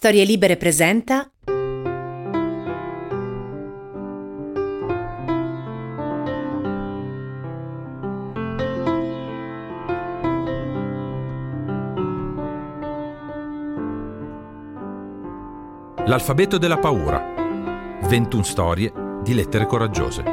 Storie Libere presenta L'alfabeto della paura. 21 storie di lettere coraggiose.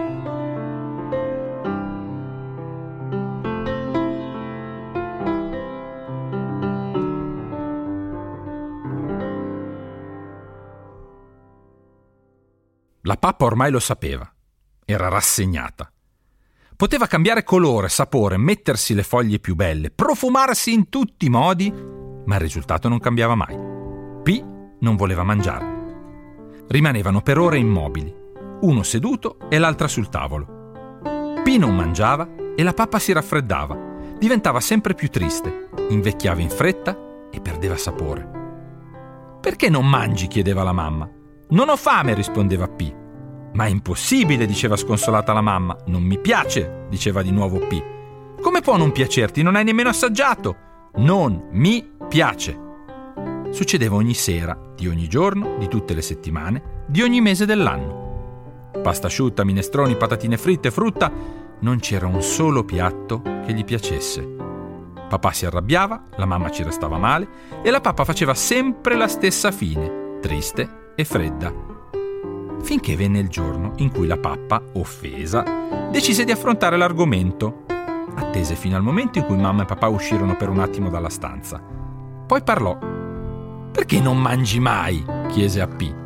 La pappa ormai lo sapeva. Era rassegnata. Poteva cambiare colore, sapore, mettersi le foglie più belle, profumarsi in tutti i modi, ma il risultato non cambiava mai. P non voleva mangiare. Rimanevano per ore immobili, uno seduto e l'altra sul tavolo. P non mangiava e la pappa si raffreddava, diventava sempre più triste, invecchiava in fretta e perdeva sapore. «Perché non mangi?» chiedeva la mamma. «Non ho fame», rispondeva P. «Ma è impossibile», diceva sconsolata la mamma. «Non mi piace», diceva di nuovo P. «Come può non piacerti? Non hai nemmeno assaggiato». «Non mi piace». Succedeva ogni sera, di ogni giorno, di tutte le settimane, di ogni mese dell'anno. Pasta asciutta, minestroni, patatine fritte, frutta, non c'era un solo piatto che gli piacesse. Papà si arrabbiava, la mamma ci restava male e la pappa faceva sempre la stessa fine, triste e fredda. Finché venne il giorno in cui la pappa, offesa, decise di affrontare l'argomento. Attese fino al momento in cui mamma e papà uscirono per un attimo dalla stanza. Poi parlò. «Perché non mangi mai?» chiese a P.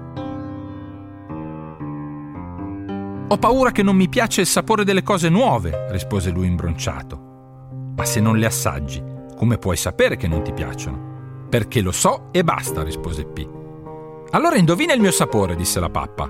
«Ho paura che non mi piace il sapore delle cose nuove», rispose lui imbronciato. «Ma se non le assaggi, come puoi sapere che non ti piacciono?» «Perché lo so e basta», rispose P. «Allora indovina il mio sapore», disse la pappa.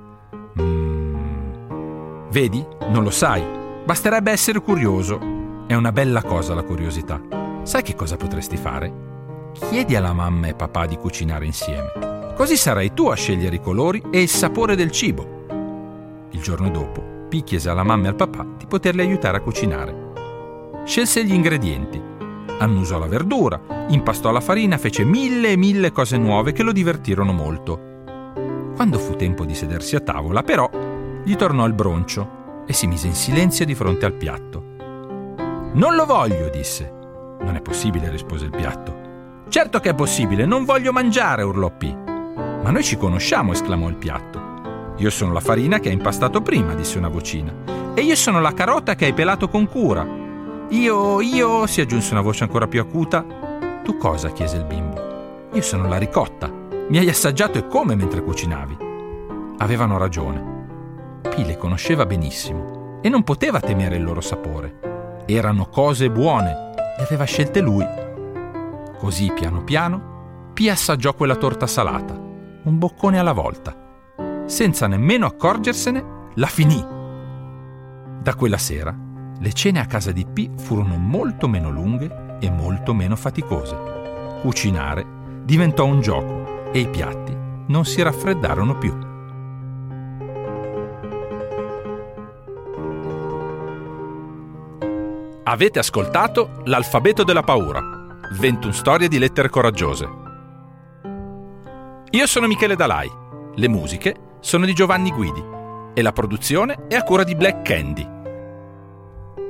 Vedi? Non lo sai. Basterebbe essere curioso. È una bella cosa la curiosità. Sai che cosa potresti fare? Chiedi alla mamma e papà di cucinare insieme. Così sarai tu a scegliere i colori e il sapore del cibo. Il giorno dopo, P chiese alla mamma e al papà di poterli aiutare a cucinare. Scelse gli ingredienti, annusò la verdura, impastò la farina, fece mille e mille cose nuove che lo divertirono molto. Quando fu tempo di sedersi a tavola, però, gli tornò il broncio e si mise in silenzio di fronte al piatto. «Non lo voglio», disse. «Non è possibile», rispose il piatto. «Certo che è possibile, non voglio mangiare», urlò P. «Ma noi ci conosciamo», esclamò il piatto. «Io sono la farina che hai impastato prima», disse una vocina. «E io sono la carota che hai pelato con cura». Io, si aggiunse una voce ancora più acuta. «Tu cosa?» chiese il bimbo. «Io sono la ricotta. Mi hai assaggiato e come mentre cucinavi». Avevano ragione. P le conosceva benissimo e non poteva temere il loro sapore. Erano cose buone, le aveva scelte lui. Così, piano piano, P assaggiò quella torta salata, un boccone alla volta. Senza nemmeno accorgersene, la finì. Da quella sera, le cene a casa di P furono molto meno lunghe e molto meno faticose. Cucinare diventò un gioco e i piatti non si raffreddarono più. Avete ascoltato L'alfabeto della paura. 21 storie di lettere coraggiose. Io sono Michele Dalai. Le musiche sono di Giovanni Guidi e la produzione è a cura di Black Candy.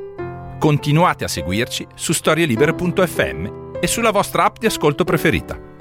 Continuate a seguirci su storielibere.fm e sulla vostra app di ascolto preferita.